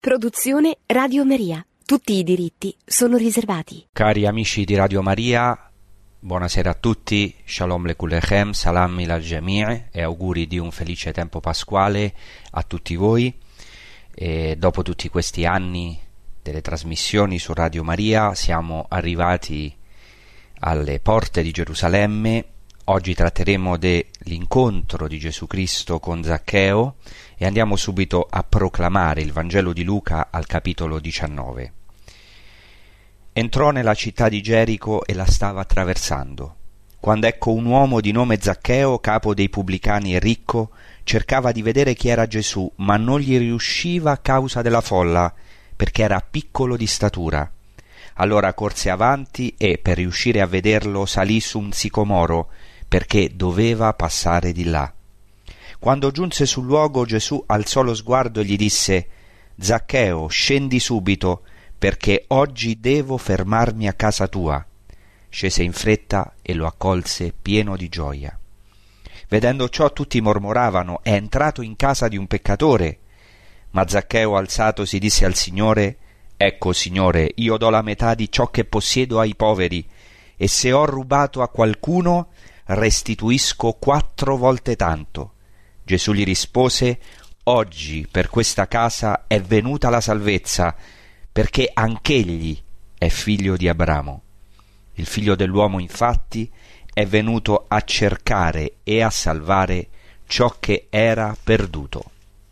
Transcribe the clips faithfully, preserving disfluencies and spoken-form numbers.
Produzione Radio Maria. Tutti i diritti sono riservati. Cari amici di Radio Maria, buonasera a tutti, Shalom Lekulechem, Salam Ilal Jami' e auguri di un felice tempo pasquale a tutti voi. E dopo tutti questi anni delle trasmissioni su Radio Maria siamo arrivati alle porte di Gerusalemme. Oggi tratteremo dell'incontro di Gesù Cristo con Zaccheo e andiamo subito a proclamare il Vangelo di Luca al capitolo diciannove. Entrò nella città di Gerico e la stava attraversando, quando ecco un uomo di nome Zaccheo, capo dei pubblicani e ricco, cercava di vedere chi era Gesù, ma non gli riusciva a causa della folla, perché era piccolo di statura. Allora corse avanti e, per riuscire a vederlo, salì su un sicomoro, perché doveva passare di là. Quando giunse sul luogo, Gesù alzò lo sguardo e gli disse: «Zaccheo, scendi subito, perché oggi devo fermarmi a casa tua». Scese in fretta e lo accolse pieno di gioia. Vedendo ciò tutti mormoravano: «È entrato in casa di un peccatore». Ma Zaccheo, alzatosi, disse al Signore: «Ecco, Signore, io do la metà di ciò che possiedo ai poveri, e se ho rubato a qualcuno, restituisco quattro volte tanto». Gesù gli rispose: «Oggi per questa casa è venuta la salvezza, perché anch'egli è figlio di Abramo. Il figlio dell'uomo, infatti, è venuto a cercare e a salvare ciò che era perduto».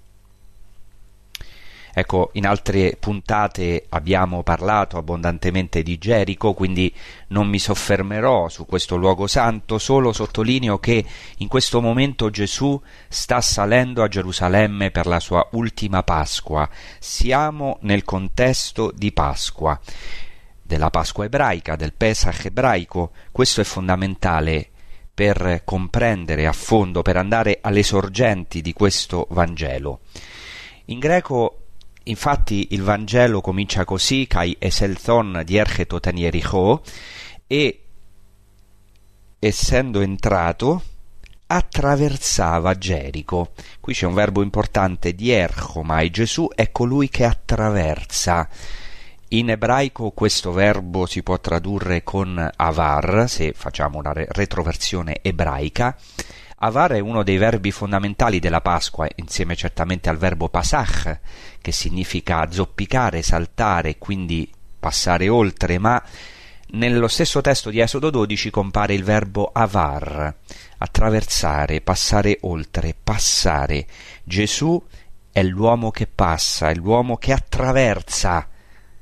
Ecco, in altre puntate abbiamo parlato abbondantemente di Gerico, quindi non mi soffermerò su questo luogo santo, solo sottolineo che in questo momento Gesù sta salendo a Gerusalemme per la sua ultima Pasqua. Siamo nel contesto di Pasqua, della Pasqua ebraica, del Pesach ebraico. Questo è fondamentale per comprendere a fondo, per andare alle sorgenti di questo Vangelo. In greco, infatti, il Vangelo comincia così: «Kai eselthon dierchetot Jericho», e essendo entrato attraversava Gerico. Qui c'è un verbo importante, dierchomai. Gesù è colui che attraversa. In ebraico questo verbo si può tradurre con avar, se facciamo una re- retroversione ebraica. Avar è uno dei verbi fondamentali della Pasqua, insieme certamente al verbo pasach, che significa zoppicare, saltare, quindi passare oltre, ma nello stesso testo di Esodo dodici compare il verbo avar, attraversare, passare oltre, passare. Gesù è l'uomo che passa, è l'uomo che attraversa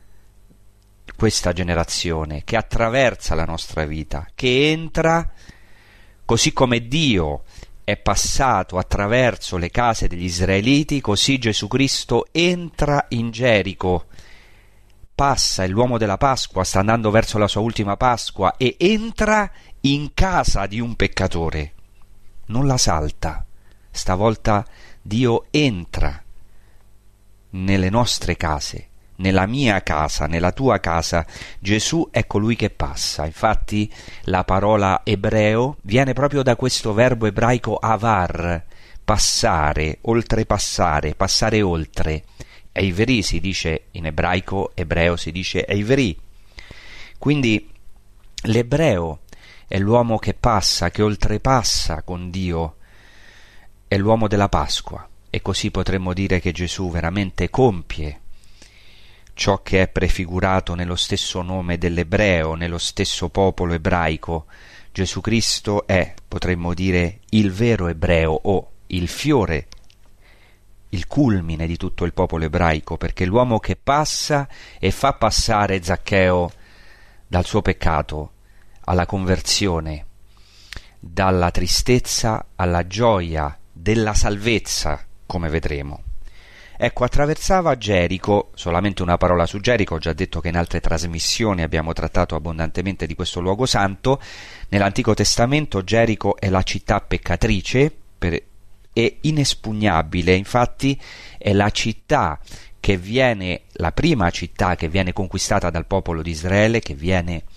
questa generazione, che attraversa la nostra vita, che entra. Così come Dio è passato attraverso le case degli israeliti, così Gesù Cristo entra in Gerico, passa, è l'uomo della Pasqua, sta andando verso la sua ultima Pasqua e entra in casa di un peccatore. Non la salta, stavolta Dio entra nelle nostre case, nella mia casa, nella tua casa. Gesù è colui che passa. Infatti la parola ebreo viene proprio da questo verbo ebraico avar, passare, oltrepassare, passare oltre. Eiveri si dice in ebraico, ebreo si dice eiveri. Quindi l'ebreo è l'uomo che passa, che oltrepassa con Dio, è l'uomo della Pasqua, e così potremmo dire che Gesù veramente compie ciò che è prefigurato nello stesso nome dell'ebreo, nello stesso popolo ebraico. Gesù Cristo è, potremmo dire, il vero ebreo, o il fiore, il culmine di tutto il popolo ebraico, perché l'uomo che passa e fa passare Zaccheo dal suo peccato alla conversione, dalla tristezza alla gioia della salvezza, come vedremo. Ecco, attraversava Gerico. Solamente una parola su Gerico. Ho già detto che in altre trasmissioni abbiamo trattato abbondantemente di questo luogo santo. Nell'Antico Testamento Gerico è la città peccatrice per, e inespugnabile. Infatti è la città che viene, la prima città che viene conquistata dal popolo di Israele, che viene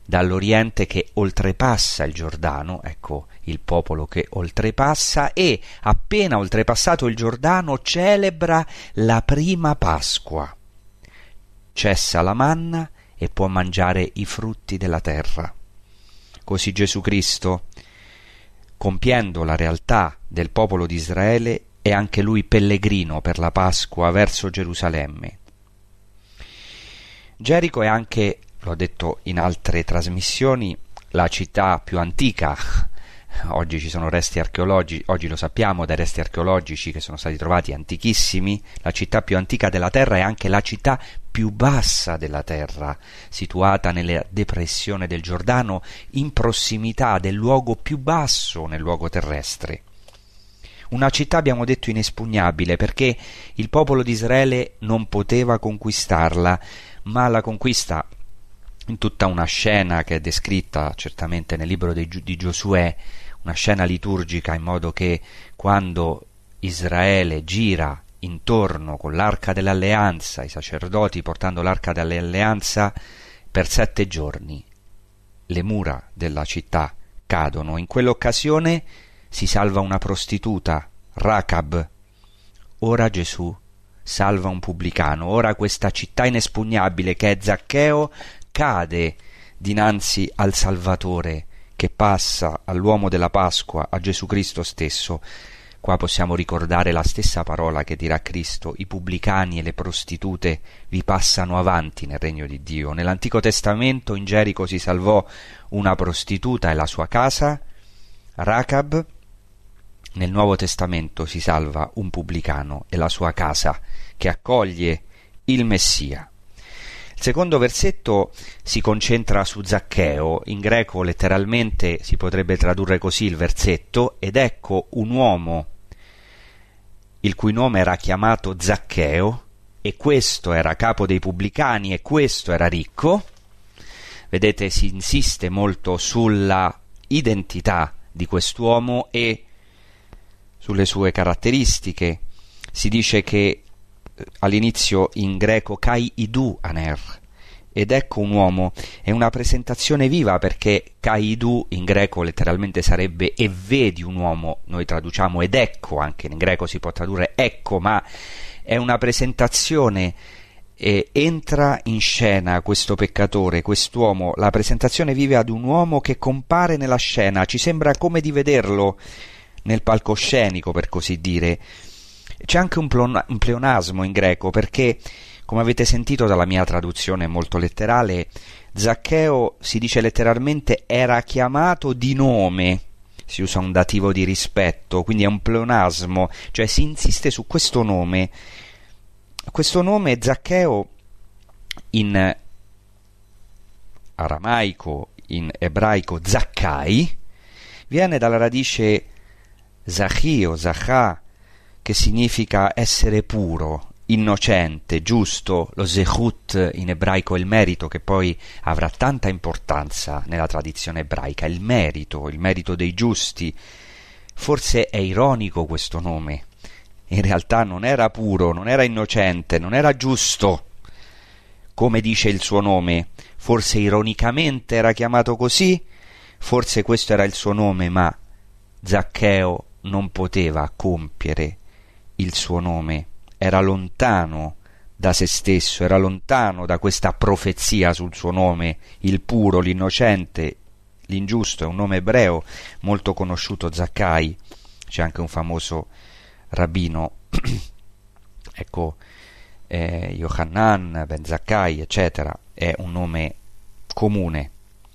dall'Oriente che oltrepassa il Giordano, ecco il popolo che oltrepassa, e appena oltrepassato il Giordano celebra la prima Pasqua. Cessa la manna e può mangiare i frutti della terra. Così Gesù Cristo, compiendo la realtà del popolo di Israele, è anche lui pellegrino per la Pasqua verso Gerusalemme. Gerico è anche, l'ho detto in altre trasmissioni, la città più antica. Oggi ci sono resti archeologici, oggi lo sappiamo dai resti archeologici che sono stati trovati antichissimi. La città più antica della terra è anche la città più bassa della terra, situata nella depressione del Giordano, in prossimità del luogo più basso nel luogo terrestre. Una città, abbiamo detto, inespugnabile, perché il popolo di Israele non poteva conquistarla, ma la conquista, in tutta una scena che è descritta certamente nel libro di, di Giosuè, una scena liturgica, in modo che quando Israele gira intorno con l'arca dell'alleanza, i sacerdoti portando l'arca dell'alleanza, per sette giorni le mura della città cadono. In quell'occasione si salva una prostituta, Racab. Ora Gesù salva un pubblicano. Ora questa città inespugnabile che è Zaccheo cade dinanzi al Salvatore che passa, all'uomo della Pasqua, a Gesù Cristo stesso. Qua possiamo ricordare la stessa parola che dirà Cristo: i pubblicani e le prostitute vi passano avanti nel regno di Dio. Nell'Antico Testamento in Gerico si salvò una prostituta e la sua casa, Racab. Nel Nuovo Testamento si salva un pubblicano e la sua casa, che accoglie il Messia. Il secondo versetto si concentra su Zaccheo. In greco letteralmente si potrebbe tradurre così il versetto: ed ecco un uomo il cui nome era chiamato Zaccheo, e questo era capo dei pubblicani, e questo era ricco. Vedete, si insiste molto sulla identità di quest'uomo e sulle sue caratteristiche. Si dice che all'inizio in greco kai idu aner, ed ecco un uomo, è una presentazione viva, perché kai idu in greco letteralmente sarebbe e vedi un uomo, noi traduciamo ed ecco, anche in greco si può tradurre ecco, ma è una presentazione, e entra in scena questo peccatore, quest'uomo, la presentazione viva di un uomo che compare nella scena, ci sembra come di vederlo nel palcoscenico, per così dire. C'è anche un, plon- un pleonasmo in greco, perché, come avete sentito dalla mia traduzione molto letterale, Zaccheo, si dice letteralmente, era chiamato di nome, si usa un dativo di rispetto, quindi è un pleonasmo, cioè si insiste su questo nome. Questo nome Zaccheo in aramaico, in ebraico Zaccai, viene dalla radice Zachio, Zachà, che significa essere puro, innocente, giusto. Lo zechut in ebraico è il merito, che poi avrà tanta importanza nella tradizione ebraica, il merito, il merito dei giusti. Forse è ironico questo nome. In realtà non era puro, non era innocente, non era giusto, come dice il suo nome. Forse ironicamente era chiamato così, forse questo era il suo nome, ma Zaccheo non poteva compiere il suo nome, era lontano da se stesso, era lontano da questa profezia sul suo nome, il puro, l'innocente, l'ingiusto. È un nome ebreo molto conosciuto, Zaccai. C'è anche un famoso rabbino, ecco, eh, Yohanan ben Zaccai, eccetera, è un nome comune.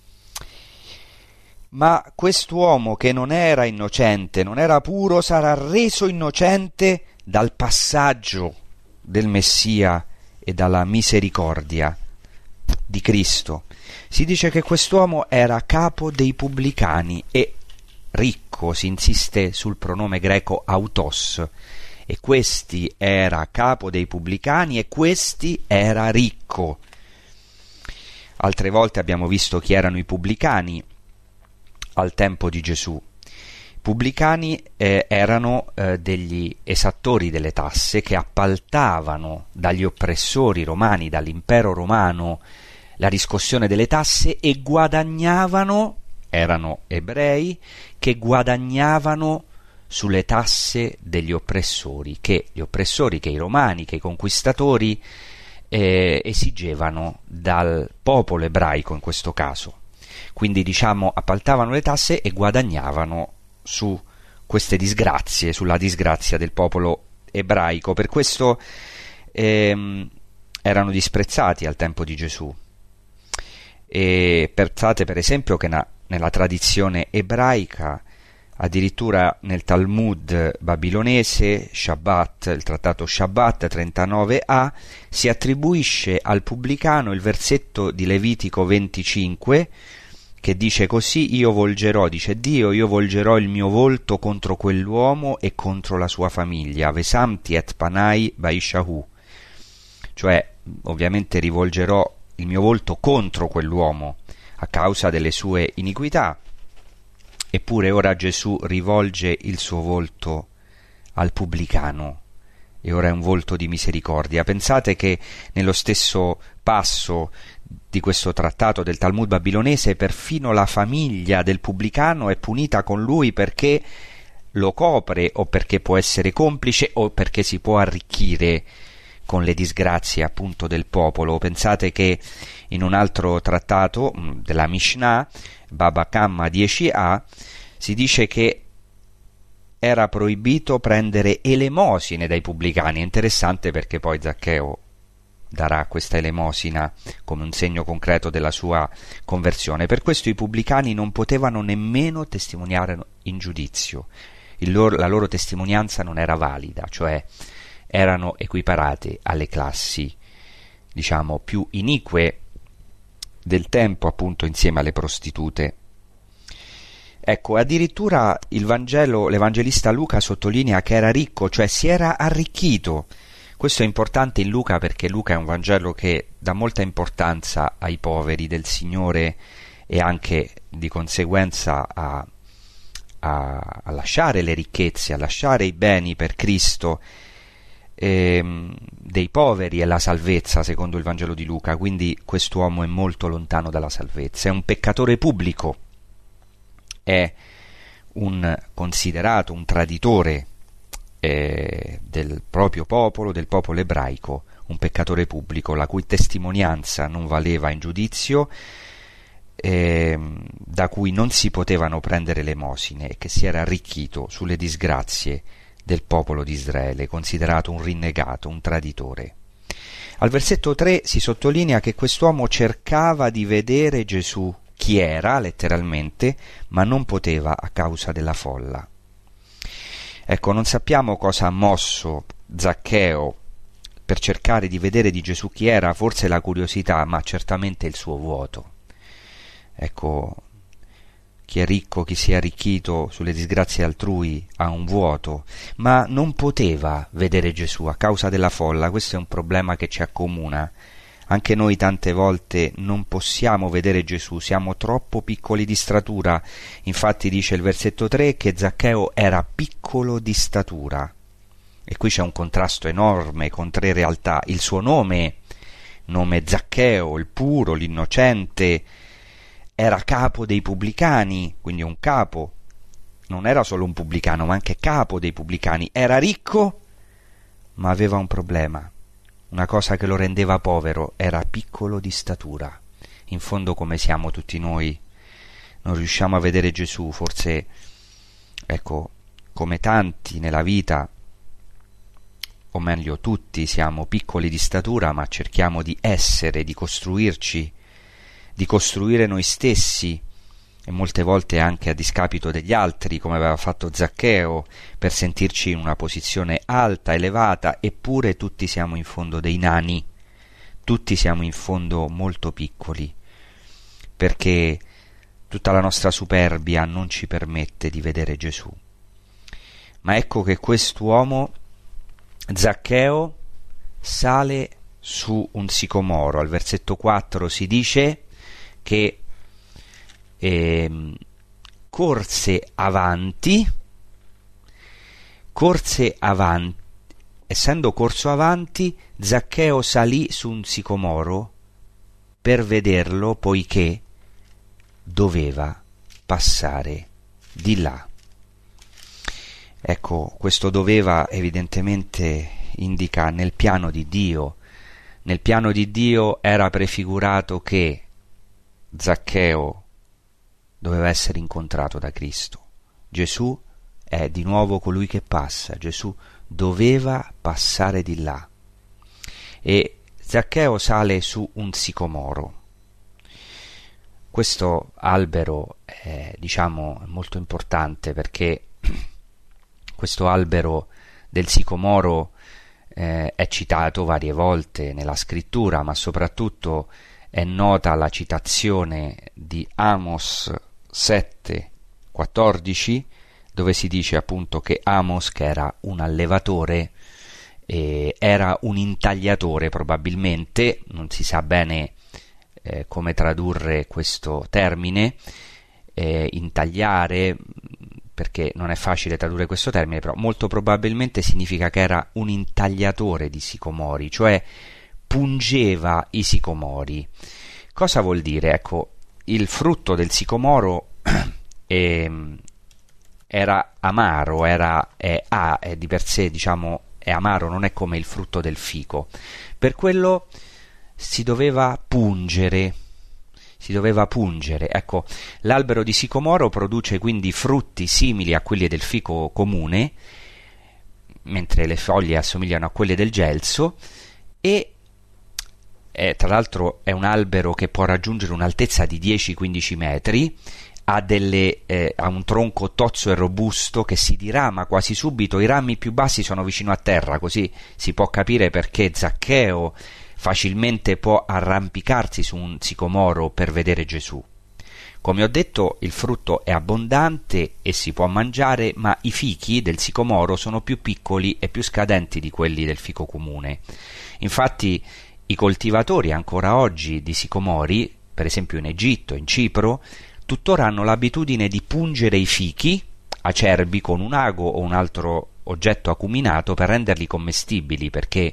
Ma quest'uomo che non era innocente, non era puro, sarà reso innocente dal passaggio del Messia e dalla misericordia di Cristo. Si dice che quest'uomo era capo dei pubblicani e ricco, si insiste sul pronome greco autos, e questi era capo dei pubblicani e questi era ricco. Altre volte abbiamo visto chi erano i pubblicani al tempo di Gesù. I pubblicani eh, erano eh, degli esattori delle tasse che appaltavano dagli oppressori romani, dall'impero romano, la riscossione delle tasse e guadagnavano, erano ebrei, che guadagnavano sulle tasse degli oppressori, che gli oppressori, che i romani, che i conquistatori eh, esigevano dal popolo ebraico in questo caso. Quindi diciamo appaltavano le tasse e guadagnavano su queste disgrazie, sulla disgrazia del popolo ebraico. Per questo ehm, erano disprezzati al tempo di Gesù. E pensate per esempio che na, nella tradizione ebraica, addirittura nel Talmud babilonese, Shabbat, il trattato Shabbat trentanove a, si attribuisce al pubblicano il versetto di Levitico venticinque che dice così: io volgerò, dice Dio, io volgerò il mio volto contro quell'uomo e contro la sua famiglia, vesamti et panai baishahu, cioè ovviamente rivolgerò il mio volto contro quell'uomo a causa delle sue iniquità. Eppure ora Gesù rivolge il suo volto al pubblicano e ora è un volto di misericordia. Pensate che nello stesso passo di questo trattato del Talmud babilonese perfino la famiglia del pubblicano è punita con lui perché lo copre o perché può essere complice o perché si può arricchire con le disgrazie appunto del popolo. Pensate che in un altro trattato della Mishnah, Baba Kamma dieci a, si dice che era proibito prendere elemosine dai pubblicani. È interessante perché poi Zaccheo darà questa elemosina come un segno concreto della sua conversione. Per questo i pubblicani non potevano nemmeno testimoniare in giudizio. Il loro, la loro testimonianza non era valida, cioè erano equiparate alle classi, diciamo, più inique del tempo, appunto insieme alle prostitute. Ecco, addirittura il Vangelo, l'Evangelista Luca sottolinea che era ricco, cioè si era arricchito. Questo è importante in Luca perché Luca è un Vangelo che dà molta importanza ai poveri del Signore e anche di conseguenza a, a, a lasciare le ricchezze, a lasciare i beni per Cristo. Ehm, dei poveri è la salvezza secondo il Vangelo di Luca, quindi quest'uomo è molto lontano dalla salvezza, è un peccatore pubblico, è un considerato un traditore eh, del proprio popolo, del popolo ebraico, un peccatore pubblico la cui testimonianza non valeva in giudizio, eh, da cui non si potevano prendere elemosine e che si era arricchito sulle disgrazie del popolo di Israele, considerato un rinnegato, un traditore. Al versetto tre si sottolinea che quest'uomo cercava di vedere Gesù, chi era, letteralmente, ma non poteva a causa della folla. Ecco, non sappiamo cosa ha mosso Zaccheo per cercare di vedere di Gesù chi era, forse la curiosità, ma certamente il suo vuoto. Ecco, chi è ricco, chi si è arricchito sulle disgrazie altrui ha un vuoto, ma non poteva vedere Gesù a causa della folla. Questo è un problema che ci accomuna. Anche noi tante volte non possiamo vedere Gesù, siamo troppo piccoli di statura. Infatti dice il versetto tre che Zaccheo era piccolo di statura. E qui c'è un contrasto enorme con tre realtà. Il suo nome, nome Zaccheo, il puro, l'innocente, era capo dei pubblicani, quindi un capo, non era solo un pubblicano, ma anche capo dei pubblicani. Era ricco, ma aveva un problema, una cosa che lo rendeva povero, era piccolo di statura. In fondo come siamo tutti noi, non riusciamo a vedere Gesù, forse, ecco, come tanti nella vita, o meglio tutti siamo piccoli di statura, ma cerchiamo di essere, di costruirci, di costruire noi stessi, e molte volte anche a discapito degli altri, come aveva fatto Zaccheo, per sentirci in una posizione alta, elevata. Eppure tutti siamo in fondo dei nani, tutti siamo in fondo molto piccoli, perché tutta la nostra superbia non ci permette di vedere Gesù. Ma ecco che quest'uomo, Zaccheo, sale su un sicomoro. Al versetto quattro si dice che eh, corse avanti, corse avanti, essendo corso avanti, Zaccheo salì su un sicomoro per vederlo, poiché doveva passare di là. Ecco, questo doveva evidentemente indica nel piano di Dio. Nel piano di Dio era prefigurato che Zaccheo doveva essere incontrato da Cristo. Gesù è di nuovo colui che passa. Gesù doveva passare di là. E Zaccheo sale su un sicomoro. Questo albero è, diciamo, molto importante, perché questo albero del sicomoro eh, è citato varie volte nella scrittura, ma soprattutto è nota la citazione di Amos sette quattordici, dove si dice appunto che Amos, che era un allevatore, eh, era un intagliatore probabilmente, non si sa bene eh, come tradurre questo termine, eh, intagliare, perché non è facile tradurre questo termine, però molto probabilmente significa che era un intagliatore di sicomori, cioè pungeva i sicomori. Cosa vuol dire? Ecco, il frutto del sicomoro eh, era amaro, era è, ah, è di per sé, diciamo, è amaro, non è come il frutto del fico. Per quello si doveva pungere, si doveva pungere. Ecco, l'albero di sicomoro produce quindi frutti simili a quelli del fico comune, mentre le foglie assomigliano a quelle del gelso, e eh, tra l'altro è un albero che può raggiungere un'altezza di dieci quindici metri, ha, delle, eh, ha un tronco tozzo e robusto che si dirama quasi subito, i rami più bassi sono vicino a terra, così si può capire perché Zaccheo facilmente può arrampicarsi su un sicomoro per vedere Gesù. Come ho detto, il frutto è abbondante e si può mangiare, ma i fichi del sicomoro sono più piccoli e più scadenti di quelli del fico comune. Infatti i coltivatori ancora oggi di sicomori, per esempio in Egitto, in Cipro, tuttora hanno l'abitudine di pungere i fichi acerbi con un ago o un altro oggetto acuminato per renderli commestibili, perché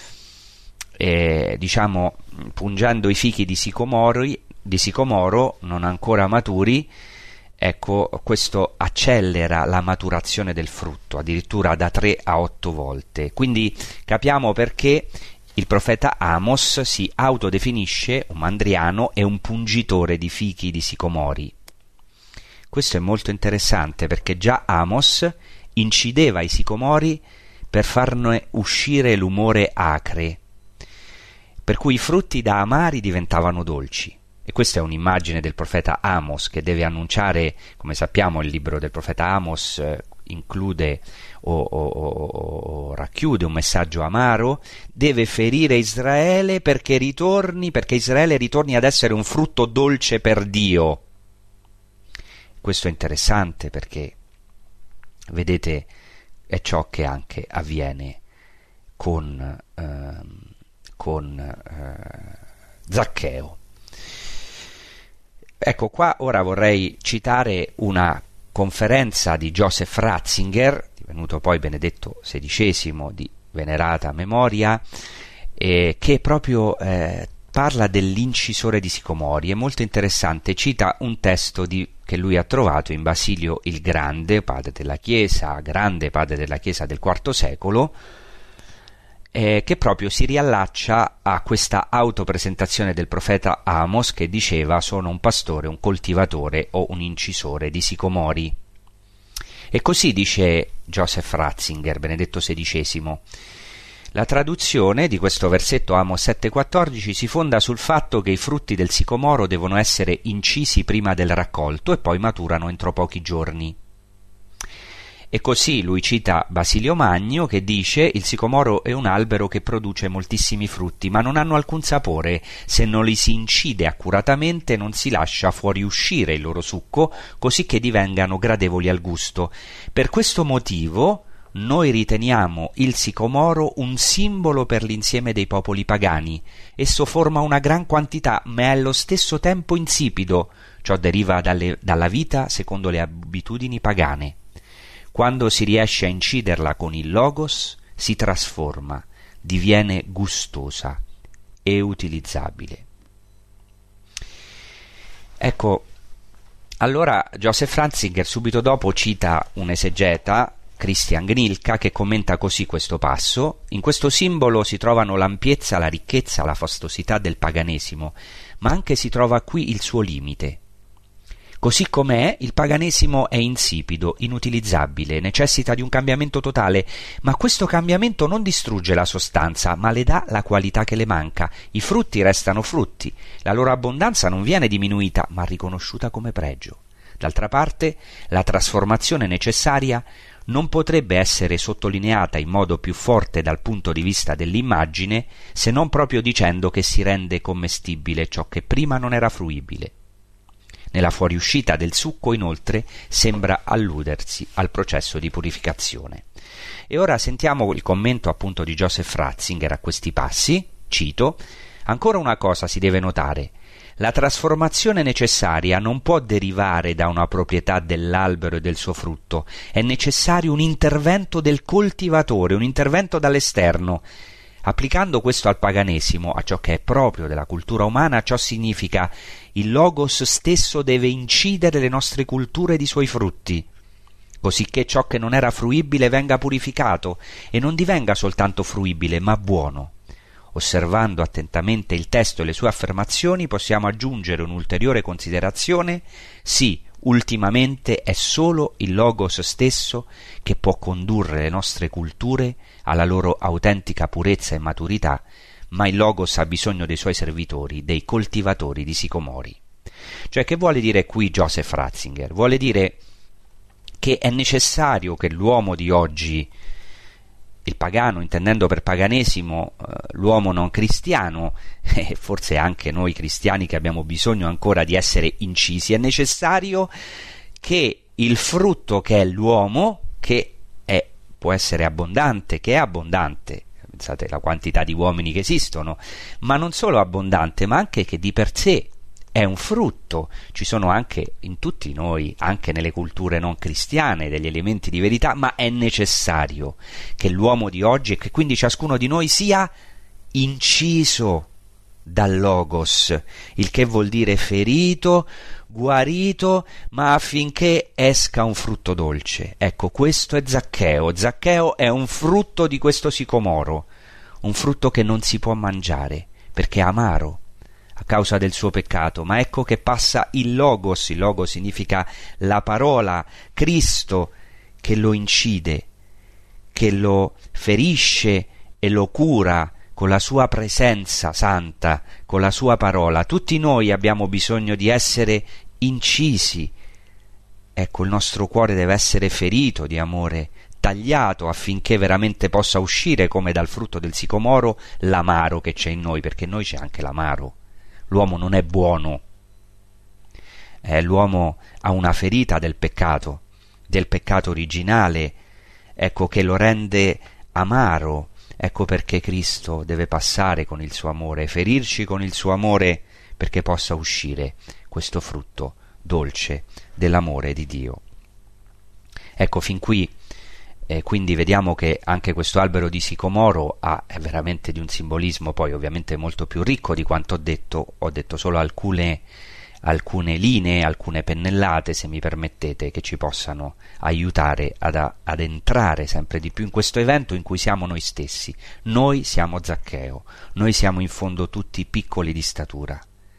Eh, diciamo, pungendo i fichi di, sicomori, di sicomoro non ancora maturi, ecco, questo accelera la maturazione del frutto, addirittura da tre a otto volte. Quindi capiamo perché il profeta Amos si autodefinisce un mandriano e un pungitore di fichi di sicomori. Questo è molto interessante, perché già Amos incideva i sicomori per farne uscire l'umore acre, per cui i frutti da amari diventavano dolci. E questa è un'immagine del profeta Amos, che deve annunciare, come sappiamo il libro del profeta Amos eh, include o, o, o, o racchiude un messaggio amaro, deve ferire Israele perché ritorni, perché Israele ritorni ad essere un frutto dolce per Dio. Questo è interessante, perché vedete, è ciò che anche avviene con ehm, con eh, Zaccheo. Ecco, qua ora vorrei citare una conferenza di Joseph Ratzinger, divenuto poi Benedetto sedicesimo di venerata memoria, eh, che proprio eh, parla dell'incisore di sicomori. È molto interessante, cita un testo di, che lui ha trovato in Basilio il Grande, padre della Chiesa, grande padre della Chiesa del quarto secolo, Eh, che proprio si riallaccia a questa autopresentazione del profeta Amos, che diceva: sono un pastore, un coltivatore o un incisore di sicomori. E così dice Joseph Ratzinger, Benedetto sedicesimo. La traduzione di questo versetto Amos sette quattordici si fonda sul fatto che i frutti del sicomoro devono essere incisi prima del raccolto e poi maturano entro pochi giorni. E così lui cita Basilio Magno, che dice: il sicomoro è un albero che produce moltissimi frutti, ma non hanno alcun sapore. Se non li si incide accuratamente non si lascia fuoriuscire il loro succo, così che divengano gradevoli al gusto. Per questo motivo noi riteniamo il sicomoro un simbolo per l'insieme dei popoli pagani. Esso forma una gran quantità, ma è allo stesso tempo insipido. Ciò deriva dalle, dalla vita secondo le abitudini pagane. Quando si riesce a inciderla con il logos, si trasforma, diviene gustosa e utilizzabile. Ecco, allora Joseph Ratzinger subito dopo cita un esegeta, Christian Gnilka, che commenta così questo passo: in questo simbolo si trovano l'ampiezza, la ricchezza, la fastosità del paganesimo, ma anche si trova qui il suo limite. Così com'è, il paganesimo è insipido, inutilizzabile, necessita di un cambiamento totale, ma questo cambiamento non distrugge la sostanza, ma le dà la qualità che le manca. I frutti restano frutti, la loro abbondanza non viene diminuita, ma riconosciuta come pregio. D'altra parte, la trasformazione necessaria non potrebbe essere sottolineata in modo più forte dal punto di vista dell'immagine, se non proprio dicendo che si rende commestibile ciò che prima non era fruibile. Nella fuoriuscita del succo, inoltre, sembra alludersi al processo di purificazione. E ora sentiamo il commento appunto di Joseph Ratzinger a questi passi. Cito: ancora una cosa si deve notare. La trasformazione necessaria non può derivare da una proprietà dell'albero e del suo frutto. È necessario un intervento del coltivatore, un intervento dall'esterno. Applicando questo al paganesimo, a ciò che è proprio della cultura umana, ciò significa: il Logos stesso deve incidere le nostre culture di suoi frutti, cosicché ciò che non era fruibile venga purificato e non divenga soltanto fruibile, ma buono. Osservando attentamente il testo e le sue affermazioni, possiamo aggiungere un'ulteriore considerazione: sì, ultimamente è solo il Logos stesso che può condurre le nostre culture alla loro autentica purezza e maturità, ma il Logos ha bisogno dei suoi servitori, dei coltivatori di sicomori. Cioè, che vuole dire qui Joseph Ratzinger? Vuole dire che è necessario che l'uomo di oggi, il pagano, intendendo per paganesimo eh, l'uomo non cristiano, e forse anche noi cristiani che abbiamo bisogno ancora di essere incisi, è necessario che il frutto che è l'uomo, che è, può essere abbondante, che è abbondante, pensate alla quantità di uomini che esistono, ma non solo abbondante, ma anche che di per sé è un frutto. Ci sono anche in tutti noi, anche nelle culture non cristiane, degli elementi di verità, ma è necessario che l'uomo di oggi e che quindi ciascuno di noi sia inciso dal Logos, il che vuol dire ferito, guarito, ma affinché esca un frutto dolce. Ecco, questo è Zaccheo. Zaccheo è un frutto di questo sicomoro, un frutto che non si può mangiare perché è amaro a causa del suo peccato, ma ecco che passa il Logos. Il Logos significa la parola, Cristo, che lo incide, che lo ferisce e lo cura con la sua presenza santa, con la sua parola. Tutti noi abbiamo bisogno di essere incisi. Ecco, il nostro cuore deve essere ferito di amore, tagliato affinché veramente possa uscire come dal frutto del sicomoro l'amaro che c'è in noi, perché in noi c'è anche l'amaro. L'uomo non è buono, eh, l'uomo ha una ferita del peccato, del peccato originale, ecco, che lo rende amaro. Ecco perché Cristo deve passare con il suo amore, ferirci con il suo amore, perché possa uscire questo frutto dolce dell'amore di Dio. Ecco, fin qui eh, quindi vediamo che anche questo albero di sicomoro ha è veramente di un simbolismo poi ovviamente molto più ricco di quanto ho detto. Ho detto solo alcune alcune linee, alcune pennellate, se mi permettete, che ci possano aiutare ad, ad entrare sempre di più in questo evento in cui siamo noi stessi. Noi siamo Zaccheo, noi siamo in fondo tutti piccoli di statura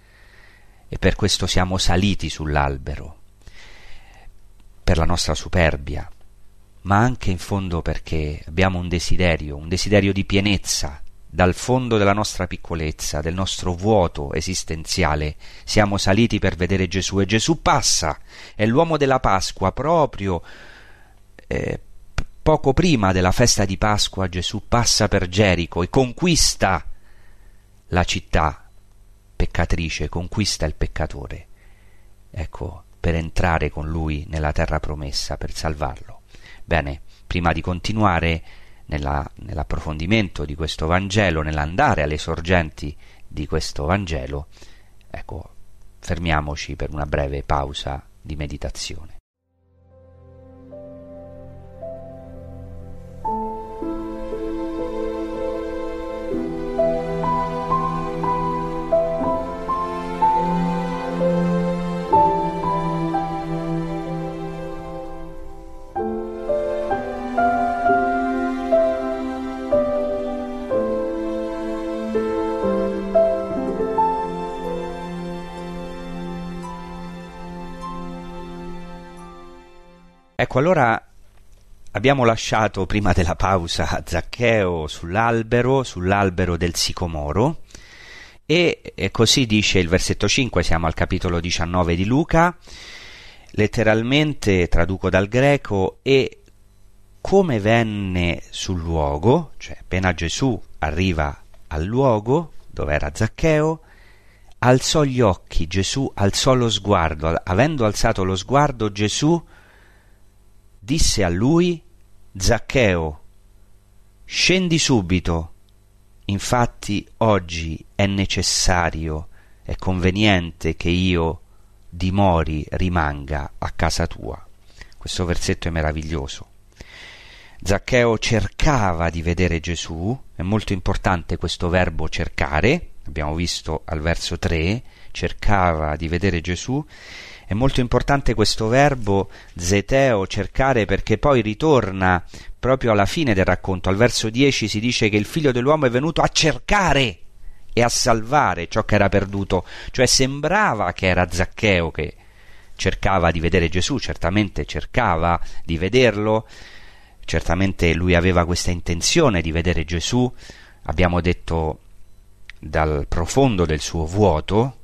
e per questo siamo saliti sull'albero, per la nostra superbia, ma anche in fondo perché abbiamo un desiderio, un desiderio di pienezza. Dal fondo della nostra piccolezza, del nostro vuoto esistenziale, siamo saliti per vedere Gesù, e Gesù passa, è l'uomo della Pasqua. Proprio eh, p- poco prima della festa di Pasqua Gesù passa per Gerico e conquista la città peccatrice, conquista il peccatore, ecco, per entrare con lui nella terra promessa, per salvarlo. Bene, prima di continuare Nella, nell'approfondimento di questo Vangelo, nell'andare alle sorgenti di questo Vangelo, ecco, fermiamoci per una breve pausa di meditazione. Ecco, allora abbiamo lasciato prima della pausa Zaccheo sull'albero, sull'albero del sicomoro, e, e così dice il versetto cinque, siamo al capitolo diciannove di Luca, letteralmente traduco dal greco: e come venne sul luogo, cioè appena Gesù arriva al luogo dove era Zaccheo, alzò gli occhi, Gesù alzò lo sguardo, avendo alzato lo sguardo Gesù disse a lui: Zaccheo, scendi subito, infatti oggi è necessario, è conveniente che io dimori, rimanga a casa tua. Questo versetto è meraviglioso. Zaccheo cercava di vedere Gesù, è molto importante questo verbo cercare, abbiamo visto al verso tre, cercava di vedere Gesù. È molto importante questo verbo zeteo, cercare, perché poi ritorna proprio alla fine del racconto. Al verso dieci si dice che il figlio dell'uomo è venuto a cercare e a salvare ciò che era perduto. Cioè sembrava che era Zaccheo che cercava di vedere Gesù, certamente cercava di vederlo, certamente lui aveva questa intenzione di vedere Gesù, abbiamo detto dal profondo del suo vuoto,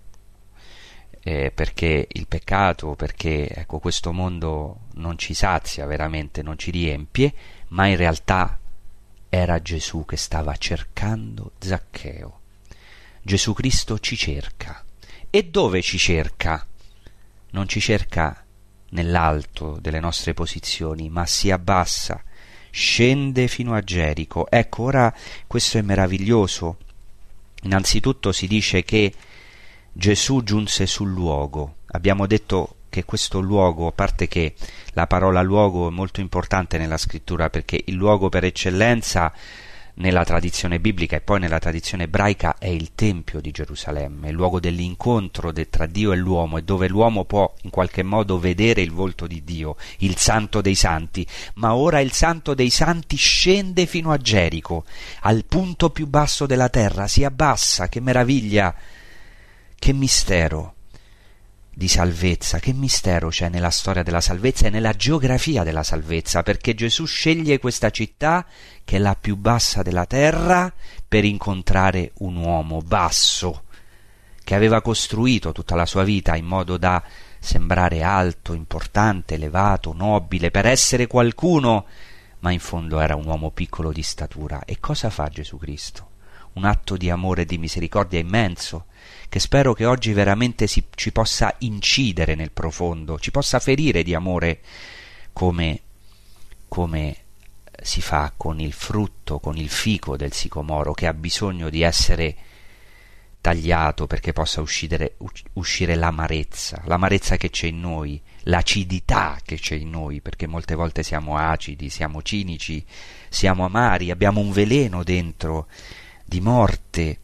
Eh, perché il peccato, perché ecco, questo mondo non ci sazia veramente, non ci riempie, ma in realtà era Gesù che stava cercando Zaccheo. Gesù Cristo ci cerca. E dove ci cerca? Non ci cerca nell'alto delle nostre posizioni, ma si abbassa, scende fino a Gerico. Ecco, ora questo è meraviglioso. Innanzitutto si dice che Gesù giunse sul luogo. Abbiamo detto che questo luogo, a parte che la parola luogo è molto importante nella scrittura, perché il luogo per eccellenza nella tradizione biblica e poi nella tradizione ebraica è il Tempio di Gerusalemme, il luogo dell'incontro de, tra Dio e l'uomo, e dove l'uomo può in qualche modo vedere il volto di Dio, il Santo dei Santi. Ma ora il Santo dei Santi scende fino a Gerico, al punto più basso della terra, si abbassa. Che meraviglia! Che mistero di salvezza, che mistero c'è nella storia della salvezza e nella geografia della salvezza, perché Gesù sceglie questa città, che è la più bassa della terra, per incontrare un uomo basso, che aveva costruito tutta la sua vita in modo da sembrare alto, importante, elevato, nobile, per essere qualcuno, ma in fondo era un uomo piccolo di statura. E cosa fa Gesù Cristo? Un atto di amore e di misericordia immenso, che spero che oggi veramente si, ci possa incidere nel profondo, ci possa ferire di amore, come, come si fa con il frutto, con il fico del sicomoro, che ha bisogno di essere tagliato perché possa uscire, uscire l'amarezza, l'amarezza che c'è in noi, l'acidità che c'è in noi, perché molte volte siamo acidi, siamo cinici, siamo amari, abbiamo un veleno dentro di morte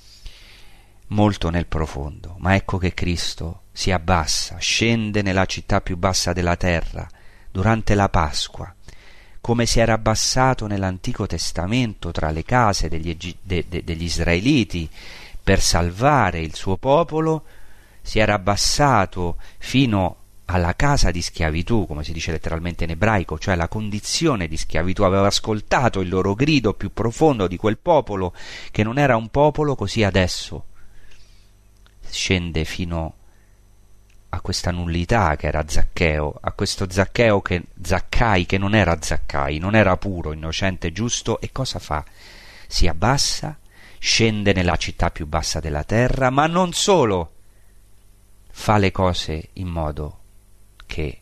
molto nel profondo. Ma ecco che Cristo si abbassa, scende nella città più bassa della terra durante la Pasqua, come si era abbassato nell'Antico Testamento tra le case degli, de, de, degli Israeliti per salvare il suo popolo. Si era abbassato fino alla casa di schiavitù, come si dice letteralmente in ebraico, cioè la condizione di schiavitù. Aveva ascoltato il loro grido più profondo di quel popolo, che non era un popolo. Così adesso scende fino a questa nullità che era Zaccheo, a questo Zaccheo che Zaccai che non era Zaccai, non era puro, innocente, giusto. E cosa fa? Si abbassa, scende nella città più bassa della terra, ma non solo, fa le cose in modo che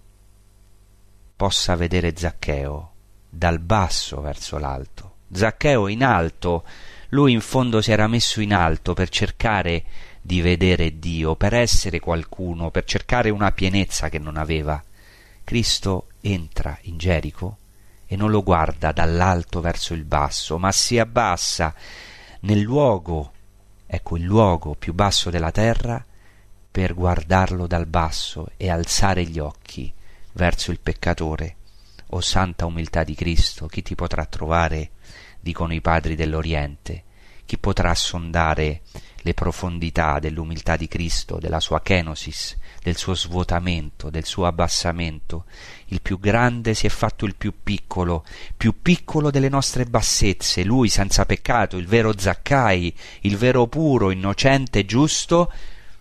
possa vedere Zaccheo dal basso verso l'alto. Zaccheo in alto, lui in fondo si era messo in alto per cercare di vedere Dio, per essere qualcuno, per cercare una pienezza che non aveva. Cristo entra in Gerico e non lo guarda dall'alto verso il basso, ma si abbassa nel luogo, ecco il luogo più basso della terra, per guardarlo dal basso e alzare gli occhi verso il peccatore. O santa umiltà di Cristo, chi ti potrà trovare, dicono i padri dell'Oriente, chi potrà sondare le profondità dell'umiltà di Cristo, della sua kenosis, del suo svuotamento, del suo abbassamento. Il più grande si è fatto il più piccolo, più piccolo delle nostre bassezze. Lui, senza peccato, il vero Zaccai, il vero puro, innocente, giusto,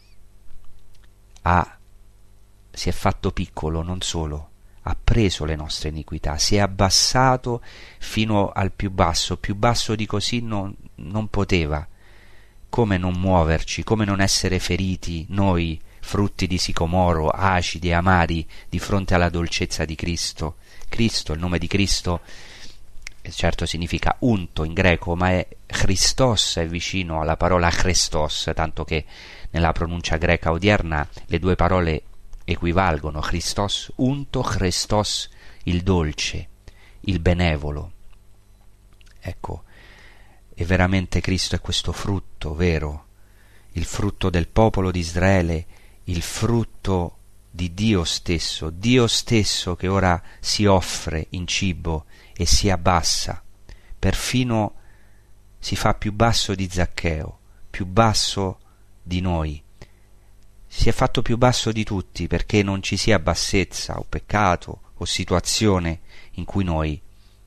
ha, si è fatto piccolo, non solo, ha preso le nostre iniquità, si è abbassato fino al più basso, più basso di così non, non poteva. Come non muoverci, come non essere feriti noi, frutti di sicomoro, acidi e amari, di fronte alla dolcezza di Cristo. Cristo, il nome di Cristo, certo significa unto in greco, ma è Christos, è vicino alla parola Christos, tanto che nella pronuncia greca odierna le due parole equivalgono. Christos, unto, Christos, il dolce, il benevolo. Ecco, e veramente Cristo è questo frutto vero, il frutto del popolo di Israele, il frutto di Dio stesso, Dio stesso che ora si offre in cibo e si abbassa, perfino si fa più basso di Zaccheo, più basso di noi. Si è fatto più basso di tutti perché non ci sia bassezza o peccato o situazione in cui noi,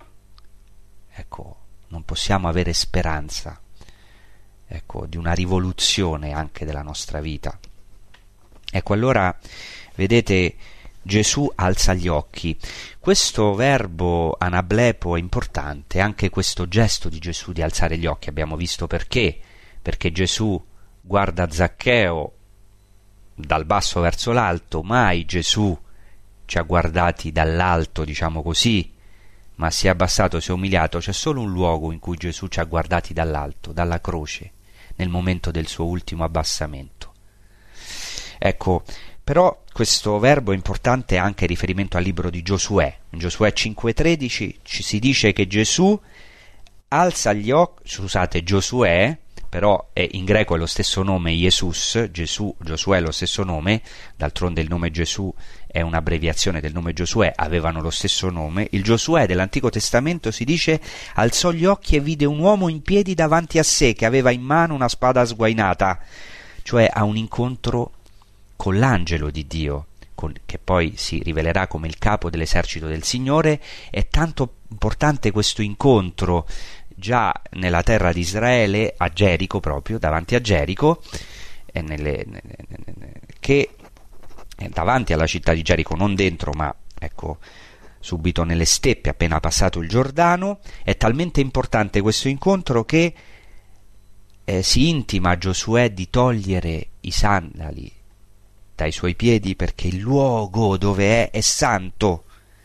ecco, non possiamo avere speranza, ecco, di una rivoluzione anche della nostra vita. Ecco, allora, vedete, Gesù alza gli occhi. Questo verbo anablepo è importante, anche questo gesto di Gesù di alzare gli occhi. Abbiamo visto perché, perché Gesù guarda Zaccheo dal basso verso l'alto, mai Gesù ci ha guardati dall'alto, diciamo così, ma si è abbassato, si è umiliato. C'è solo un luogo in cui Gesù ci ha guardati dall'alto, dalla croce, nel momento del suo ultimo abbassamento. Ecco, però questo verbo è importante anche in riferimento al libro di Giosuè. In Giosuè cinque tredici ci si dice che Gesù alza gli occhi, scusate, Giosuè, però è, in greco è lo stesso nome Jesus, Gesù, Giosuè è lo stesso nome, d'altronde il nome Gesù è un'abbreviazione del nome Giosuè, avevano lo stesso nome. Il Giosuè dell'Antico Testamento, si dice, alzò gli occhi e vide un uomo in piedi davanti a sé che aveva in mano una spada sguainata, cioè ha un incontro con l'angelo di Dio, con, che poi si rivelerà come il capo dell'esercito del Signore. È tanto importante questo incontro già nella terra di Israele, a Gerico proprio, davanti a Gerico, e nelle, che è davanti alla città di Gerico, non dentro, ma ecco, subito nelle steppe, appena passato il Giordano. È talmente importante questo incontro che eh, si intima a Giosuè di togliere i sandali dai suoi piedi, perché il luogo dove è è santo.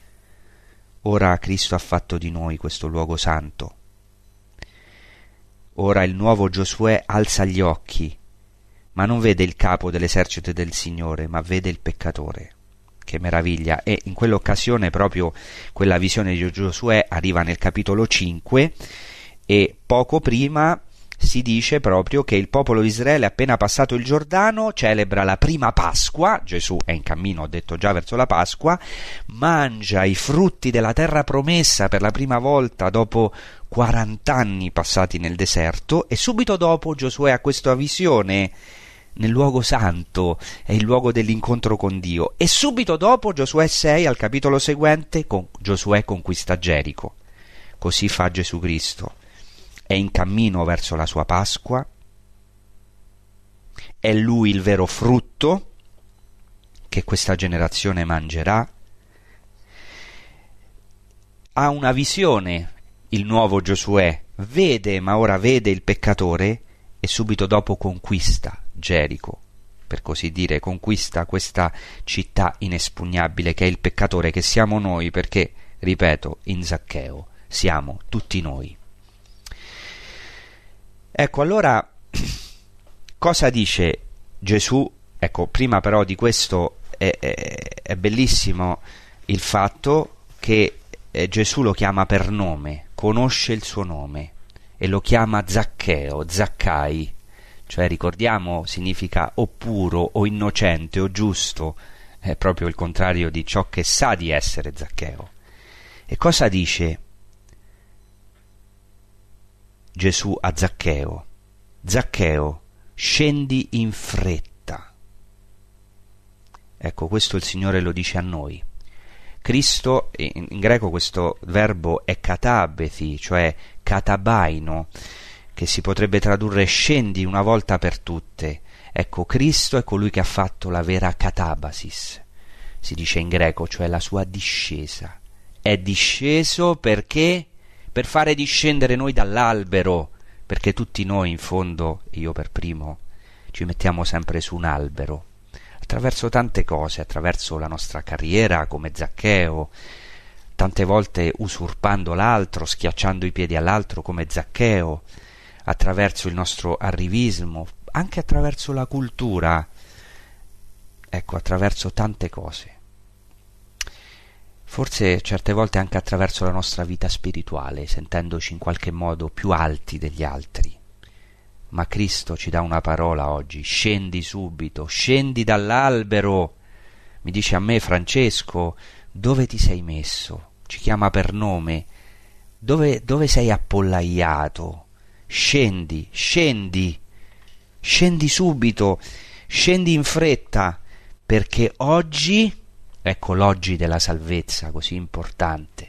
Ora Cristo ha fatto di noi questo luogo santo. Ora il nuovo Giosuè alza gli occhi, ma non vede il capo dell'esercito del Signore, ma vede il peccatore. Che meraviglia! E in quell'occasione proprio quella visione di Giosuè arriva nel capitolo cinque, e poco prima si dice proprio che il popolo di Israele, appena passato il Giordano, celebra la prima Pasqua. Gesù è in cammino, ho detto già, verso la Pasqua, mangia i frutti della terra promessa per la prima volta dopo quarant'anni passati nel deserto, e subito dopo Giosuè ha questa visione nel luogo santo, è il luogo dell'incontro con Dio, e subito dopo Giosuè sei, al capitolo seguente, con Giosuè conquista Gerico. Così fa Gesù Cristo. È in cammino verso la sua Pasqua, è Lui il vero frutto che questa generazione mangerà. Ha una visione il nuovo Giosuè, vede, ma ora vede il peccatore, e subito dopo conquista Gerico, per così dire, conquista questa città inespugnabile che è il peccatore, che siamo noi, perché, ripeto, in Zaccheo siamo tutti noi. Ecco, allora, cosa dice Gesù? Ecco, prima però di questo è, è, è bellissimo il fatto che eh, Gesù lo chiama per nome, conosce il suo nome, e lo chiama Zaccheo, Zaccai, cioè, ricordiamo, significa o puro, o innocente, o giusto, è proprio il contrario di ciò che sa di essere Zaccheo. E cosa dice Gesù a Zaccheo? Zaccheo, scendi in fretta. Ecco, questo il Signore lo dice a noi. Cristo, in, in greco questo verbo è katabethi, cioè katabaino, che si potrebbe tradurre scendi una volta per tutte. Ecco, Cristo è colui che ha fatto la vera katabasis, si dice in greco, cioè la sua discesa. È disceso perché? Per fare discendere noi dall'albero, perché tutti noi in fondo, io per primo, ci mettiamo sempre su un albero, attraverso tante cose, attraverso la nostra carriera come Zaccheo, tante volte usurpando l'altro, schiacciando i piedi all'altro come Zaccheo, attraverso il nostro arrivismo, anche attraverso la cultura, ecco, attraverso tante cose. Forse certe volte anche attraverso la nostra vita spirituale, sentendoci in qualche modo più alti degli altri. Ma Cristo ci dà una parola oggi: scendi subito, scendi dall'albero. Mi dice a me Francesco: dove ti sei messo? Ci chiama per nome. Dove, dove sei appollaiato? Scendi, scendi, scendi subito, scendi in fretta, perché oggi, ecco l'oggi della salvezza, così importante,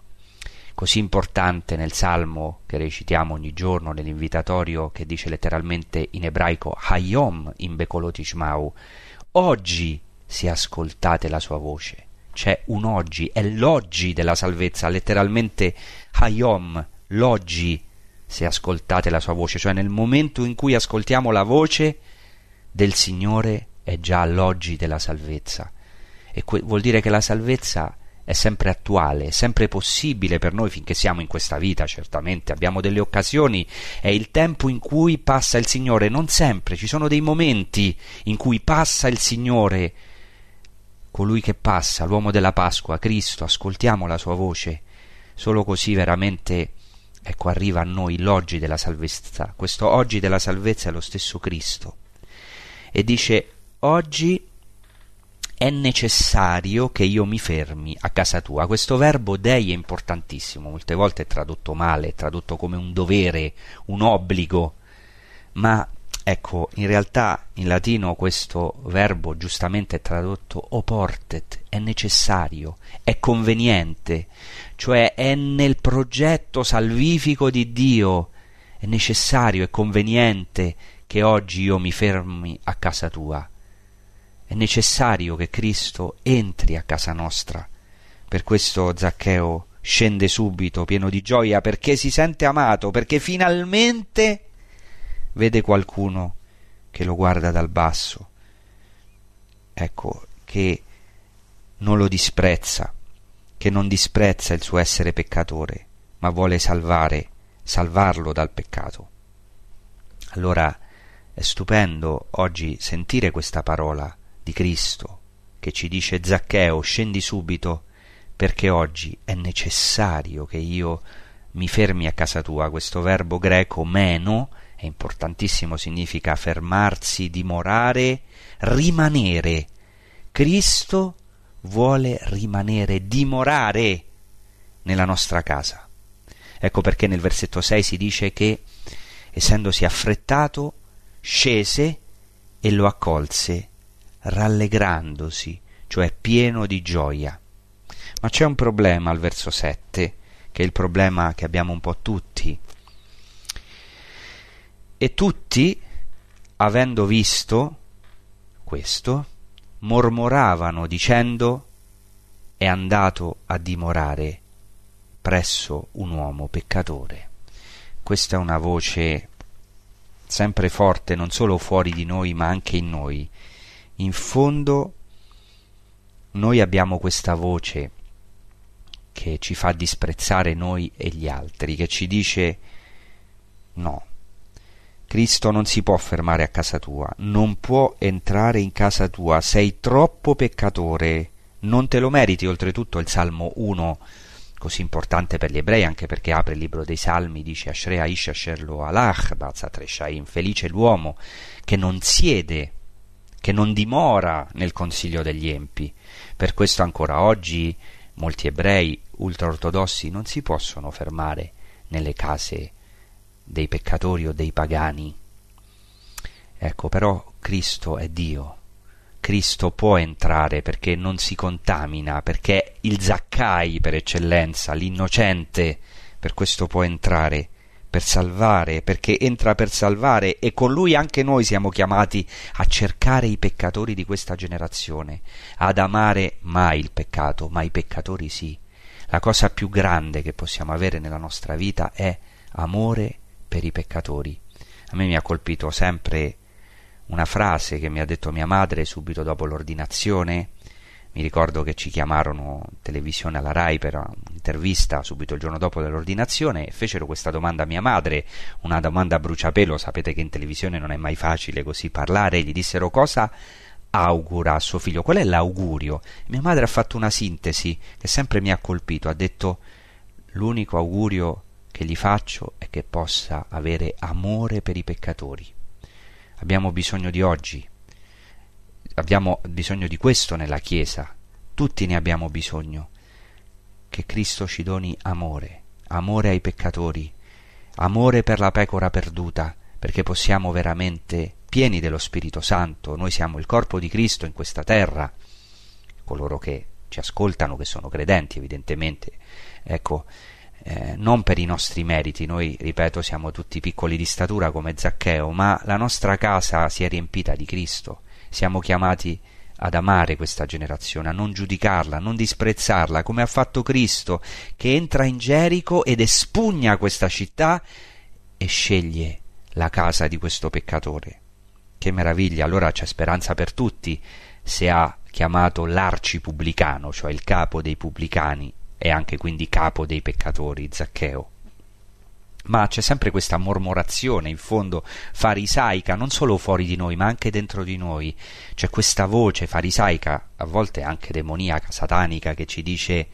così importante nel Salmo che recitiamo ogni giorno, nell'invitatorio che dice letteralmente in ebraico Hayom in Bekolot Ishmau, oggi se ascoltate la sua voce. C'è un oggi, è l'oggi della salvezza, letteralmente Hayom, l'oggi se ascoltate la sua voce, cioè nel momento in cui ascoltiamo la voce del Signore è già l'oggi della salvezza. E que- vuol dire che la salvezza è sempre attuale, è sempre possibile per noi finché siamo in questa vita. Certamente abbiamo delle occasioni, è il tempo in cui passa il Signore, non sempre, ci sono dei momenti in cui passa il Signore, colui che passa, l'uomo della Pasqua, Cristo, ascoltiamo la sua voce, solo così veramente, ecco, arriva a noi l'oggi della salvezza. Questo oggi della salvezza è lo stesso Cristo, e dice: oggi è necessario che io mi fermi a casa tua. Questo verbo dei è importantissimo, molte volte è tradotto male, è tradotto come un dovere, un obbligo, ma ecco, in realtà in latino questo verbo giustamente è tradotto oportet, è necessario, è conveniente, cioè è nel progetto salvifico di Dio, è necessario, è conveniente che oggi io mi fermi a casa tua. È necessario che Cristo entri a casa nostra. Per questo Zaccheo scende subito, pieno di gioia, perché si sente amato, perché finalmente vede qualcuno che lo guarda dal basso, ecco, che non lo disprezza, che non disprezza il suo essere peccatore, ma vuole salvare, salvarlo dal peccato. Allora è stupendo oggi sentire questa parola di Cristo che ci dice: Zaccheo, scendi subito, perché oggi è necessario che io mi fermi a casa tua. Questo verbo greco meno è importantissimo, significa fermarsi, dimorare, rimanere. Cristo vuole rimanere, dimorare nella nostra casa. Ecco perché nel versetto sei si dice che, essendosi affrettato, scese e lo accolse rallegrandosi, cioè pieno di gioia. Ma c'è un problema al verso sette, che è il problema che abbiamo un po' tutti. E tutti, avendo visto questo, mormoravano dicendo: è andato a dimorare presso un uomo peccatore. Questa è una voce sempre forte, non solo fuori di noi ma anche in noi. In fondo noi abbiamo questa voce che ci fa disprezzare noi e gli altri, che ci dice: no, Cristo non si può fermare a casa tua, non può entrare in casa tua, sei troppo peccatore, non te lo meriti. Oltretutto il Salmo uno, così importante per gli ebrei, anche perché apre il libro dei Salmi, dice: Ashrei Aish Asher Lo Halach Ba'atzat Reshaim, felice l'uomo che non siede, che non dimora nel consiglio degli empi. Per questo ancora oggi molti ebrei ultraortodossi non si possono fermare nelle case dei peccatori o dei pagani. Ecco, però Cristo è Dio. Cristo può entrare perché non si contamina, perché è il Zaccai per eccellenza, l'innocente, per questo può entrare, per salvare, perché entra per salvare, e con lui anche noi siamo chiamati a cercare i peccatori di questa generazione, ad amare mai il peccato, ma i peccatori sì. La cosa più grande che possiamo avere nella nostra vita è amore per i peccatori. A me mi ha colpito sempre una frase che mi ha detto mia madre subito dopo l'ordinazione. Mi ricordo che ci chiamarono in televisione alla Rai per un'intervista subito il giorno dopo dell'ordinazione e fecero questa domanda a mia madre, una domanda a bruciapelo. Sapete che in televisione non è mai facile così parlare. Gli dissero: cosa augura a suo figlio, qual è l'augurio? Mia madre ha fatto una sintesi che sempre mi ha colpito, ha detto: l'unico augurio che gli faccio è che possa avere amore per i peccatori. Abbiamo bisogno di oggi, abbiamo bisogno di questo nella Chiesa, tutti ne abbiamo bisogno, che Cristo ci doni amore, amore ai peccatori, amore per la pecora perduta, perché possiamo veramente, pieni dello Spirito Santo, noi siamo il corpo di Cristo in questa terra, coloro che ci ascoltano, che sono credenti evidentemente, ecco, Eh, non per i nostri meriti, noi, ripeto, siamo tutti piccoli di statura come Zaccheo, ma la nostra casa si è riempita di Cristo. Siamo chiamati ad amare questa generazione, a non giudicarla, a non disprezzarla, come ha fatto Cristo, che entra in Gerico ed espugna questa città e sceglie la casa di questo peccatore. Che meraviglia! Allora c'è speranza per tutti, se ha chiamato l'arcipubblicano, cioè il capo dei pubblicani, e anche quindi capo dei peccatori, Zaccheo. Ma c'è sempre questa mormorazione in fondo farisaica, non solo fuori di noi ma anche dentro di noi. C'è questa voce farisaica, a volte anche demoniaca, satanica, che ci dice: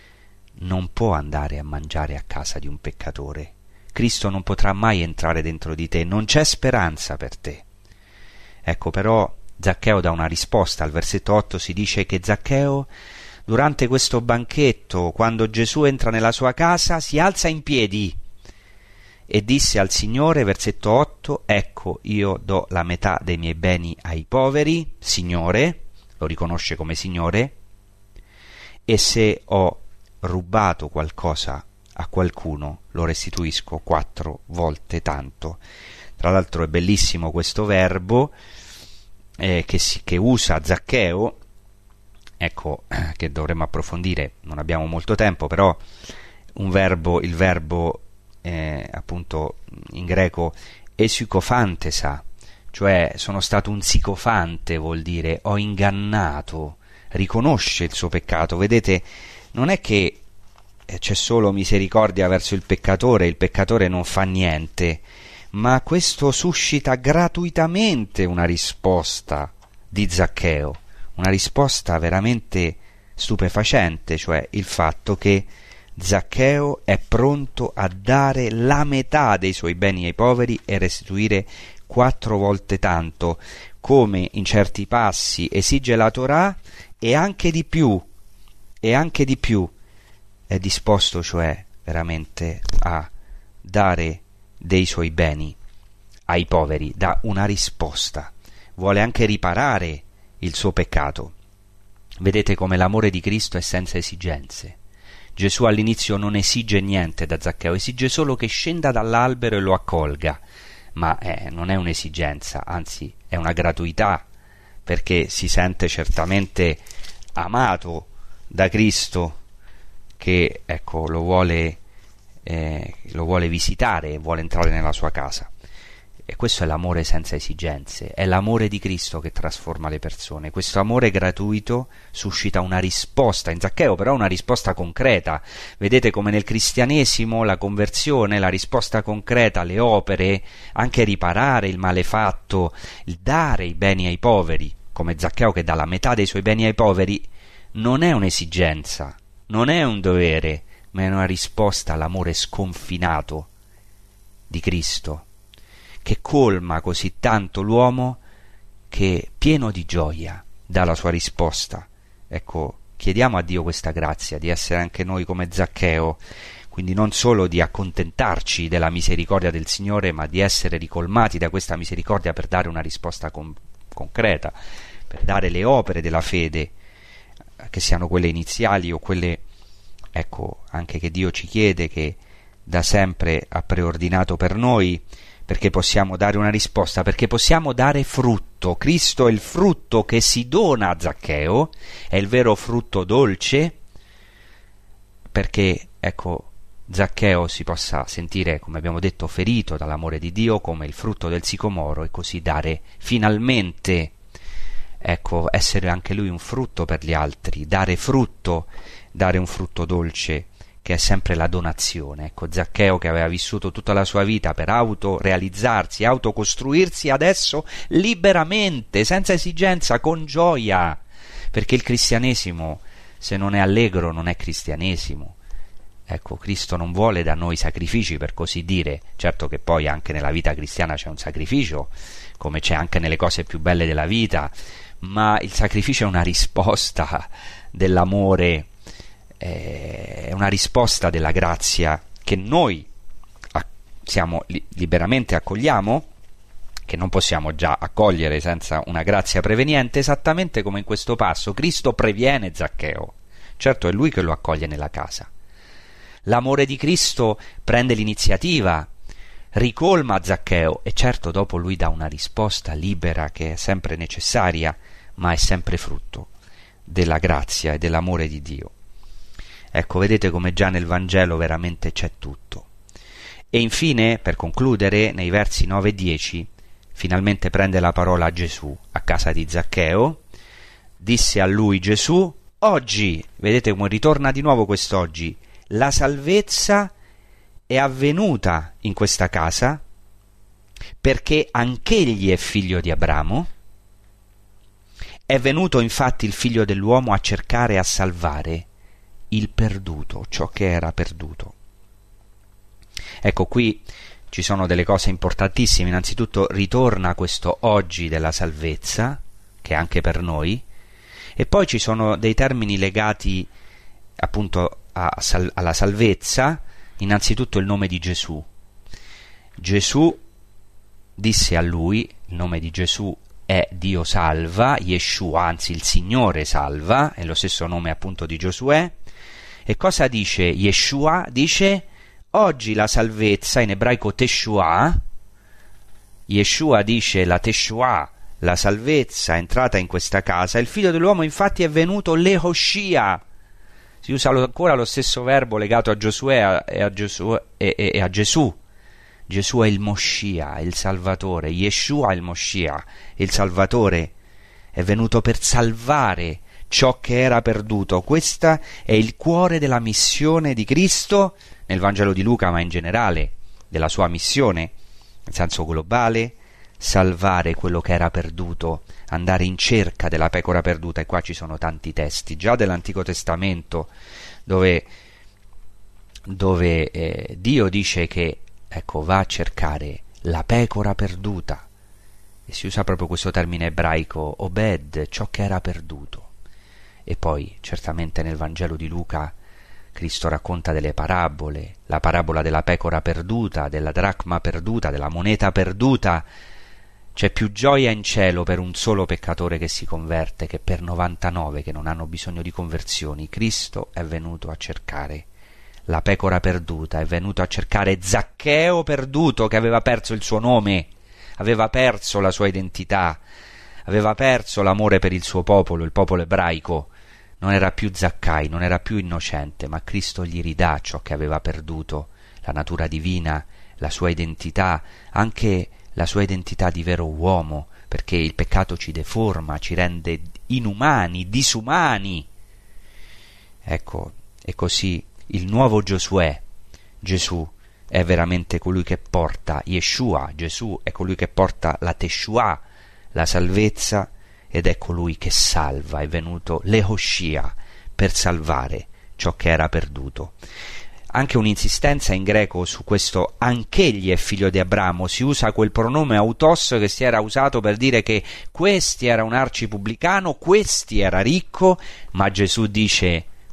non può andare a mangiare a casa di un peccatore, Cristo non potrà mai entrare dentro di te, non c'è speranza per te. Ecco, però Zaccheo dà una risposta. Al versetto otto si dice che Zaccheo, durante questo banchetto, quando Gesù entra nella sua casa, si alza in piedi e disse al Signore, versetto otto: ecco, io do la metà dei miei beni ai poveri, Signore, lo riconosce come Signore, e se ho rubato qualcosa a qualcuno lo restituisco quattro volte tanto. Tra l'altro è bellissimo questo verbo eh, che, si, che usa Zaccheo, ecco, che dovremmo approfondire, non abbiamo molto tempo, però un verbo, il verbo eh, appunto in greco esicofantesa, cioè sono stato un sicofante, vuol dire ho ingannato, riconosce il suo peccato. Vedete, non è che c'è solo misericordia verso il peccatore, il peccatore non fa niente, ma questo suscita gratuitamente una risposta di Zaccheo, una risposta veramente stupefacente, cioè il fatto che Zaccheo è pronto a dare la metà dei suoi beni ai poveri e restituire quattro volte tanto, come in certi passi esige la Torah, e anche di più, e anche di più è disposto, cioè veramente a dare dei suoi beni ai poveri, dà una risposta, vuole anche riparare il suo peccato. Vedete come l'amore di Cristo è senza esigenze. Gesù all'inizio non esige niente da Zaccheo, esige solo che scenda dall'albero e lo accolga, ma eh, non è un'esigenza, anzi è una gratuità, perché si sente certamente amato da Cristo, che ecco lo vuole, eh, lo vuole visitare, vuole entrare nella sua casa. E questo è l'amore senza esigenze, è l'amore di Cristo che trasforma le persone. Questo amore gratuito suscita una risposta in Zaccheo, però una risposta concreta. Vedete come nel cristianesimo la conversione, la risposta concreta, le opere, anche riparare il male fatto, il dare i beni ai poveri, come Zaccheo che dà la metà dei suoi beni ai poveri, non è un'esigenza, non è un dovere, ma è una risposta all'amore sconfinato di Cristo, che colma così tanto l'uomo che, pieno di gioia, dà la sua risposta. Ecco, chiediamo a Dio questa grazia di essere anche noi come Zaccheo, quindi non solo di accontentarci della misericordia del Signore, ma di essere ricolmati da questa misericordia per dare una risposta con- concreta, per dare le opere della fede, che siano quelle iniziali o quelle, ecco, anche che Dio ci chiede, che da sempre ha preordinato per noi, perché possiamo dare una risposta, perché possiamo dare frutto. Cristo è il frutto che si dona a Zaccheo, è il vero frutto dolce, perché, ecco, Zaccheo si possa sentire, come abbiamo detto, ferito dall'amore di Dio come il frutto del sicomoro, e così dare finalmente, ecco, essere anche lui un frutto per gli altri, dare frutto, dare un frutto dolce, che è sempre la donazione. Ecco, Zaccheo, che aveva vissuto tutta la sua vita per autorealizzarsi, autocostruirsi, adesso liberamente, senza esigenza, con gioia, perché il cristianesimo, se non è allegro, non è cristianesimo. Ecco, Cristo non vuole da noi sacrifici, per così dire. Certo che poi anche nella vita cristiana c'è un sacrificio, come c'è anche nelle cose più belle della vita, ma il sacrificio è una risposta dell'amore, è una risposta della grazia che noi siamo li- liberamente accogliamo, che non possiamo già accogliere senza una grazia preveniente, esattamente come in questo passo Cristo previene Zaccheo. Certo, è lui che lo accoglie nella casa. L'amore di Cristo prende l'iniziativa, ricolma Zaccheo, e certo dopo lui dà una risposta libera che è sempre necessaria, ma è sempre frutto della grazia e dell'amore di Dio. Ecco, vedete come già nel Vangelo veramente c'è tutto. E infine, per concludere, nei versi nove e dieci, finalmente prende la parola Gesù a casa di Zaccheo. Disse a lui Gesù: oggi, vedete come ritorna di nuovo quest'oggi, la salvezza è avvenuta in questa casa, perché anch'egli è figlio di Abramo. È venuto infatti il figlio dell'uomo a cercare e a salvare il perduto, ciò che era perduto. Ecco, qui ci sono delle cose importantissime. Innanzitutto ritorna questo oggi della salvezza, che è anche per noi, e poi ci sono dei termini legati appunto a sal- alla salvezza. Innanzitutto il nome di Gesù. Gesù disse a lui, il nome di Gesù è Dio salva, Yeshua, anzi il Signore salva, è lo stesso nome appunto di Giosuè. E cosa dice Yeshua? Dice: oggi la salvezza, in ebraico Teshua, Yeshua dice la Teshua, la salvezza è entrata in questa casa. Il figlio dell'uomo infatti è venuto Lehoshia. Si usa ancora lo stesso verbo legato a Giosuè e a, Gesù, e, e, e a Gesù. Gesù è il Moscia, il Salvatore. Yeshua è il Moscia, il Salvatore. È venuto per salvare ciò che era perduto. Questo è il cuore della missione di Cristo nel Vangelo di Luca, ma in generale della sua missione, in senso globale: salvare quello che era perduto, andare in cerca della pecora perduta. E qua ci sono tanti testi già dell'Antico Testamento dove, dove eh, Dio dice che, ecco, va a cercare la pecora perduta, e si usa proprio questo termine ebraico obed, ciò che era perduto. E poi certamente nel Vangelo di Luca Cristo racconta delle parabole, la parabola della pecora perduta, della dracma perduta, della moneta perduta. C'è più gioia in cielo per un solo peccatore che si converte che per novantanove che non hanno bisogno di conversioni. Cristo è venuto a cercare la pecora perduta, è venuto a cercare Zaccheo perduto, che aveva perso il suo nome, aveva perso la sua identità, aveva perso l'amore per il suo popolo, il popolo ebraico. Non era più Zaccai, non era più innocente, ma Cristo gli ridà ciò che aveva perduto, la natura divina, la sua identità, anche la sua identità di vero uomo, perché il peccato ci deforma, ci rende inumani, disumani. Ecco, e così il nuovo Giosuè, Gesù, è veramente colui che porta Yeshua, Gesù è colui che porta la Teshua, la salvezza, ed è colui che salva, è venuto Lehoshia per salvare ciò che era perduto. Anche un'insistenza in greco su questo anch'egli è figlio di Abramo, si usa quel pronome autos che si era usato per dire che questi era un arcipubblicano, questi era ricco, ma Gesù dice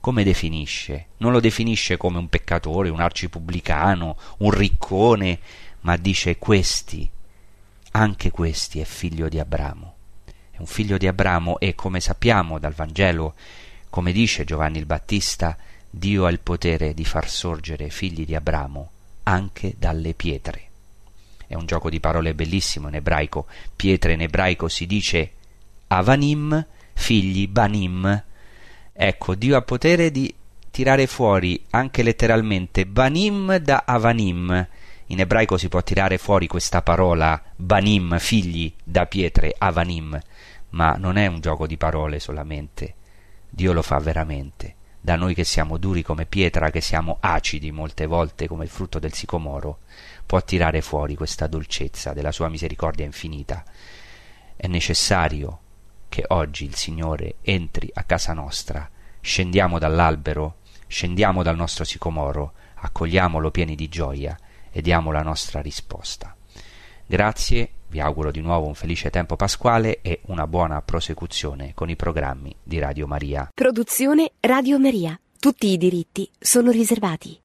come definisce? Non lo definisce come un peccatore, un arcipubblicano, un riccone, ma dice questi, anche questi è figlio di Abramo. È un figlio di Abramo e, come sappiamo dal Vangelo, come dice Giovanni il Battista, Dio ha il potere di far sorgere figli di Abramo anche dalle pietre. È un gioco di parole bellissimo in ebraico. Pietre in ebraico si dice avanim, figli banim. Ecco, Dio ha potere di tirare fuori anche letteralmente banim da avanim. In ebraico si può tirare fuori questa parola banim, figli, da pietre, avanim, ma non è un gioco di parole solamente. Dio lo fa veramente. Da noi che siamo duri come pietra, che siamo acidi molte volte come il frutto del sicomoro, può tirare fuori questa dolcezza della sua misericordia infinita. È necessario che oggi il Signore entri a casa nostra, scendiamo dall'albero, scendiamo dal nostro sicomoro, accogliamolo pieni di gioia e diamo la nostra risposta. Grazie, vi auguro di nuovo un felice tempo pasquale e una buona prosecuzione con i programmi di Radio Maria. Produzione Radio Maria. Tutti i diritti sono riservati.